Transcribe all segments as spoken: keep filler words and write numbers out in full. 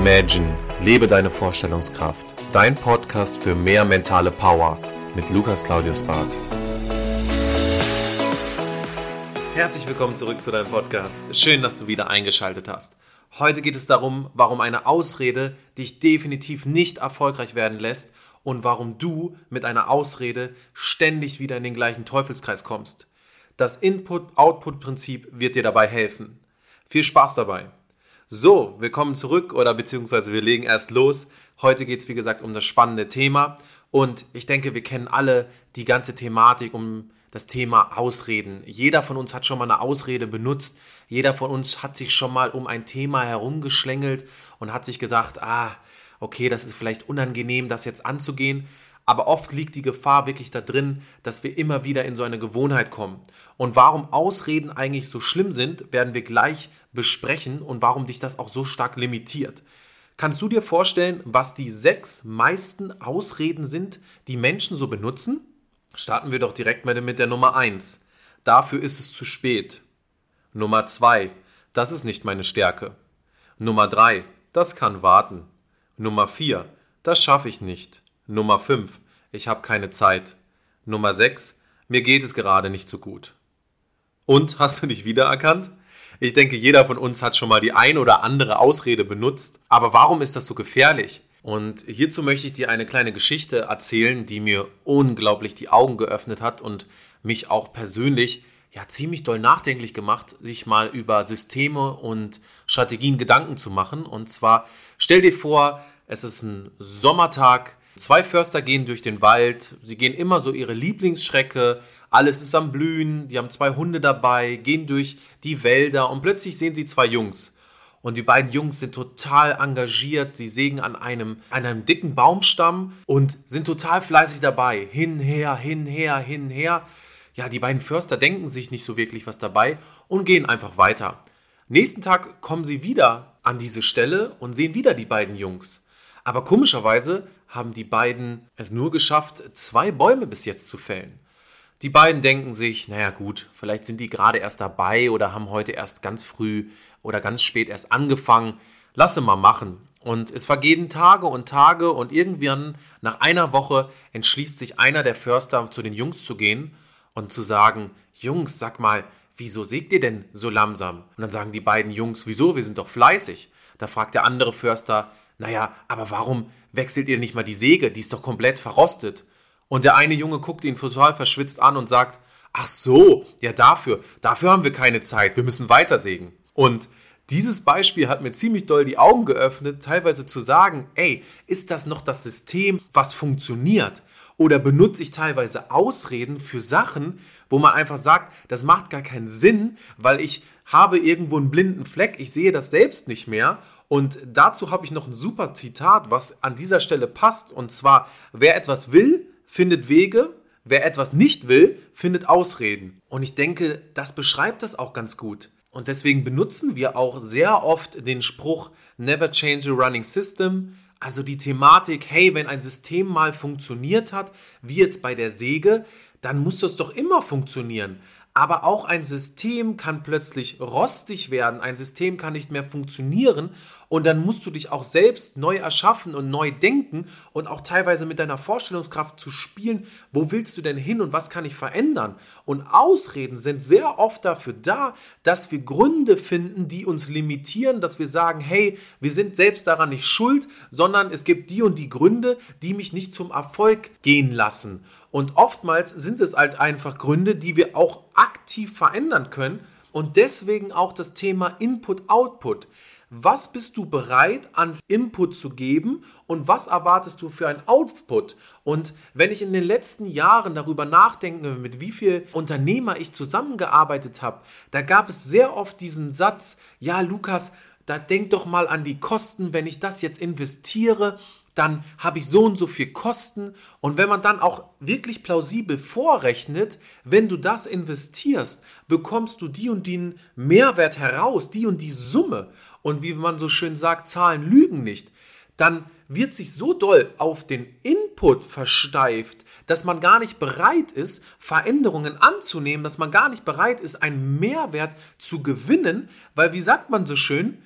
Imagine, lebe deine Vorstellungskraft. Dein Podcast für mehr mentale Power mit Lukas Claudius Barth. Herzlich willkommen zurück zu deinem Podcast. Schön, dass du wieder eingeschaltet hast. Heute geht es darum, warum eine Ausrede dich definitiv nicht erfolgreich werden lässt und warum du mit einer Ausrede ständig wieder in den gleichen Teufelskreis kommst. Das Input-Output-Prinzip wird dir dabei helfen. Viel Spaß dabei! So, willkommen zurück oder beziehungsweise wir legen erst los. Heute geht es wie gesagt um das spannende Thema und ich denke, wir kennen alle die ganze Thematik um das Thema Ausreden. Jeder von uns hat schon mal eine Ausrede benutzt. Jeder von uns hat sich schon mal um ein Thema herumgeschlängelt und hat sich gesagt, ah, okay, das ist vielleicht unangenehm, das jetzt anzugehen. Aber oft liegt die Gefahr wirklich da drin, dass wir immer wieder in so eine Gewohnheit kommen. Und warum Ausreden eigentlich so schlimm sind, werden wir gleich besprechen und warum dich das auch so stark limitiert. Kannst du dir vorstellen, was die sechs meisten Ausreden sind, die Menschen so benutzen? Starten wir doch direkt mal mit der Nummer eins. Dafür ist es zu spät. Nummer zwei. Das ist nicht meine Stärke. Nummer drei. Das kann warten. Nummer vier. Das schaffe ich nicht. Nummer fünf. Ich habe keine Zeit. Nummer sechs. Mir geht es gerade nicht so gut. Und, hast du dich wiedererkannt? Ich denke, jeder von uns hat schon mal die ein oder andere Ausrede benutzt. Aber warum ist das so gefährlich? Und hierzu möchte ich dir eine kleine Geschichte erzählen, die mir unglaublich die Augen geöffnet hat und mich auch persönlich ja ziemlich doll nachdenklich gemacht, sich mal über Systeme und Strategien Gedanken zu machen. Und zwar, stell dir vor, es ist ein Sommertag, zwei Förster gehen durch den Wald, sie gehen immer so ihre Lieblingsstrecke, alles ist am Blühen, die haben zwei Hunde dabei, gehen durch die Wälder und plötzlich sehen sie zwei Jungs. Und die beiden Jungs sind total engagiert, sie sägen an einem, an einem dicken Baumstamm und sind total fleißig dabei. Hinher, hinher, hinher. Ja, die beiden Förster denken sich nicht so wirklich was dabei und gehen einfach weiter. Nächsten Tag kommen sie wieder an diese Stelle und sehen wieder die beiden Jungs. Aber komischerweise haben die beiden es nur geschafft, zwei Bäume bis jetzt zu fällen. Die beiden denken sich, naja gut, vielleicht sind die gerade erst dabei oder haben heute erst ganz früh oder ganz spät erst angefangen. Lass sie mal machen. Und es vergehen Tage und Tage und irgendwann nach einer Woche entschließt sich einer der Förster zu den Jungs zu gehen und zu sagen, Jungs, sag mal, wieso sägt ihr denn so langsam? Und dann sagen die beiden Jungs, wieso, wir sind doch fleißig. Da fragt der andere Förster, naja, aber warum wechselt ihr nicht mal die Säge? Die ist doch komplett verrostet. Und der eine Junge guckt ihn total verschwitzt an und sagt, ach so, ja dafür, dafür haben wir keine Zeit, wir müssen weitersägen. Und dieses Beispiel hat mir ziemlich doll die Augen geöffnet, teilweise zu sagen, ey, ist das noch das System, was funktioniert? Oder benutze ich teilweise Ausreden für Sachen, wo man einfach sagt, das macht gar keinen Sinn, weil ich habe irgendwo einen blinden Fleck, ich sehe das selbst nicht mehr. Und dazu habe ich noch ein super Zitat, was an dieser Stelle passt. Und zwar, wer etwas will, findet Wege, wer etwas nicht will, findet Ausreden. Und ich denke, das beschreibt das auch ganz gut. Und deswegen benutzen wir auch sehr oft den Spruch Never change a running system. Also die Thematik, hey, wenn ein System mal funktioniert hat, wie jetzt bei der Säge, dann muss das doch immer funktionieren. Aber auch ein System kann plötzlich rostig werden, ein System kann nicht mehr funktionieren und dann musst du dich auch selbst neu erschaffen und neu denken und auch teilweise mit deiner Vorstellungskraft zu spielen, wo willst du denn hin und was kann ich verändern? Und Ausreden sind sehr oft dafür da, dass wir Gründe finden, die uns limitieren, dass wir sagen, hey, wir sind selbst daran nicht schuld, sondern es gibt die und die Gründe, die mich nicht zum Erfolg gehen lassen. Und oftmals sind es halt einfach Gründe, die wir auch aktiv verändern können und deswegen auch das Thema Input-Output. Was bist du bereit an Input zu geben und was erwartest du für ein Output? Und wenn ich in den letzten Jahren darüber nachdenke, mit wie vielen Unternehmer ich zusammengearbeitet habe, da gab es sehr oft diesen Satz, ja Lukas, da denk doch mal an die Kosten, wenn ich das jetzt investiere, dann habe ich so und so viel Kosten und wenn man dann auch wirklich plausibel vorrechnet, wenn du das investierst, bekommst du die und den Mehrwert heraus, die und die Summe und wie man so schön sagt, Zahlen lügen nicht, dann wird sich so doll auf den Input versteift, dass man gar nicht bereit ist, Veränderungen anzunehmen, dass man gar nicht bereit ist, einen Mehrwert zu gewinnen, weil wie sagt man so schön,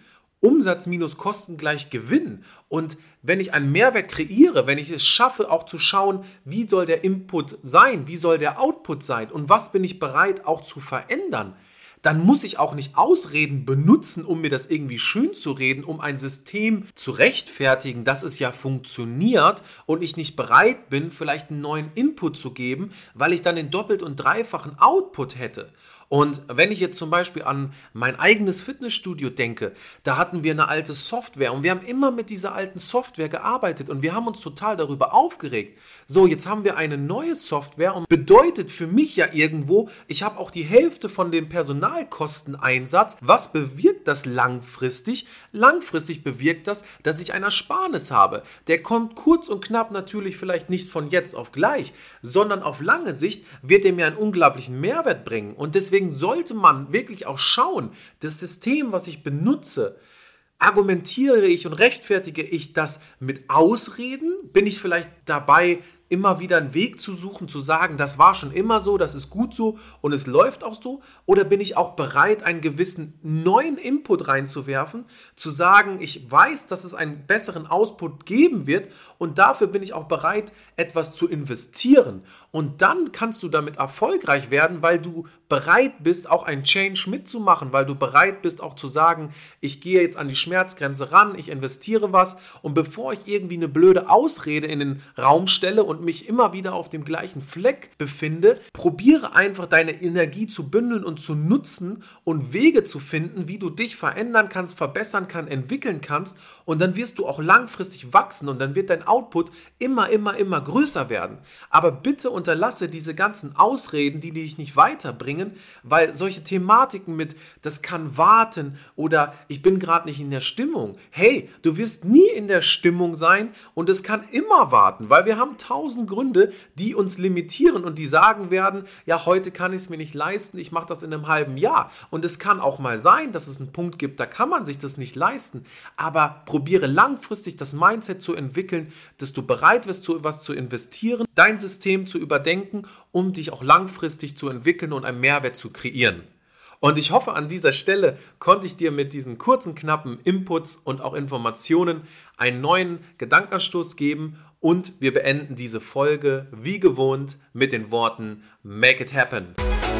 Umsatz minus Kosten gleich Gewinn. Und wenn ich einen Mehrwert kreiere, wenn ich es schaffe, auch zu schauen, wie soll der Input sein, wie soll der Output sein und was bin ich bereit auch zu verändern, dann muss ich auch nicht Ausreden benutzen, um mir das irgendwie schön zu reden, um ein System zu rechtfertigen, dass es ja funktioniert und ich nicht bereit bin, vielleicht einen neuen Input zu geben, weil ich dann den doppelt und dreifachen Output hätte. Und wenn ich jetzt zum Beispiel an mein eigenes Fitnessstudio denke, da hatten wir eine alte Software und wir haben immer mit dieser alten Software gearbeitet und wir haben uns total darüber aufgeregt. So, jetzt haben wir eine neue Software und bedeutet für mich ja irgendwo, ich habe auch die Hälfte von dem Personalkosteneinsatz. Was bewirkt das langfristig? Langfristig bewirkt das, dass ich eine Ersparnis habe. Der kommt kurz und knapp natürlich vielleicht nicht von jetzt auf gleich, sondern auf lange Sicht wird er mir einen unglaublichen Mehrwert bringen und deswegen Deswegen sollte man wirklich auch schauen, das System, was ich benutze, argumentiere ich und rechtfertige ich das mit Ausreden? Bin ich vielleicht dabei, immer wieder einen Weg zu suchen, zu sagen, das war schon immer so, das ist gut so und es läuft auch so? Oder bin ich auch bereit, einen gewissen neuen Input reinzuwerfen, zu sagen, ich weiß, dass es einen besseren Output geben wird und dafür bin ich auch bereit, etwas zu investieren. Und dann kannst du damit erfolgreich werden, weil du bereit bist, auch einen Change mitzumachen, weil du bereit bist, auch zu sagen, ich gehe jetzt an die Schmerzgrenze ran, ich investiere was und bevor ich irgendwie eine blöde Ausrede in den Raum stelle und mich immer wieder auf dem gleichen Fleck befinde, probiere einfach deine Energie zu bündeln und zu nutzen und Wege zu finden, wie du dich verändern kannst, verbessern kannst, entwickeln kannst und dann wirst du auch langfristig wachsen und dann wird dein Output immer, immer, immer größer werden. Aber bitte unterlasse diese ganzen Ausreden, die dich nicht weiterbringen, weil solche Thematiken mit, das kann warten oder ich bin gerade nicht in der Stimmung. Hey, du wirst nie in der Stimmung sein und es kann immer warten, weil wir haben tausend Gründe, die uns limitieren und die sagen werden, ja, heute kann ich es mir nicht leisten, ich mache das in einem halben Jahr. Und es kann auch mal sein, dass es einen Punkt gibt, da kann man sich das nicht leisten. Aber probiere langfristig das Mindset zu entwickeln, dass du bereit bist, zu etwas zu investieren, dein System zu überdenken, um dich auch langfristig zu entwickeln und einen Mehrwert zu kreieren. Und ich hoffe, an dieser Stelle konnte ich dir mit diesen kurzen, knappen Inputs und auch Informationen einen neuen Gedankenanstoß geben und wir beenden diese Folge wie gewohnt mit den Worten Make it happen.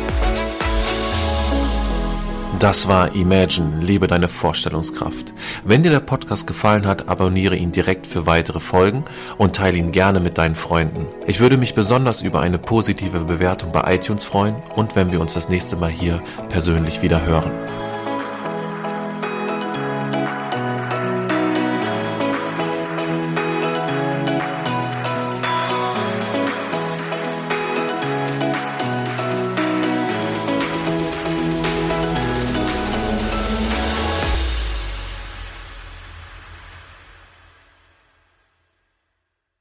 Das war Imagine, lebe deine Vorstellungskraft. Wenn dir der Podcast gefallen hat, abonniere ihn direkt für weitere Folgen und teile ihn gerne mit deinen Freunden. Ich würde mich besonders über eine positive Bewertung bei iTunes freuen und wenn wir uns das nächste Mal hier persönlich wieder hören.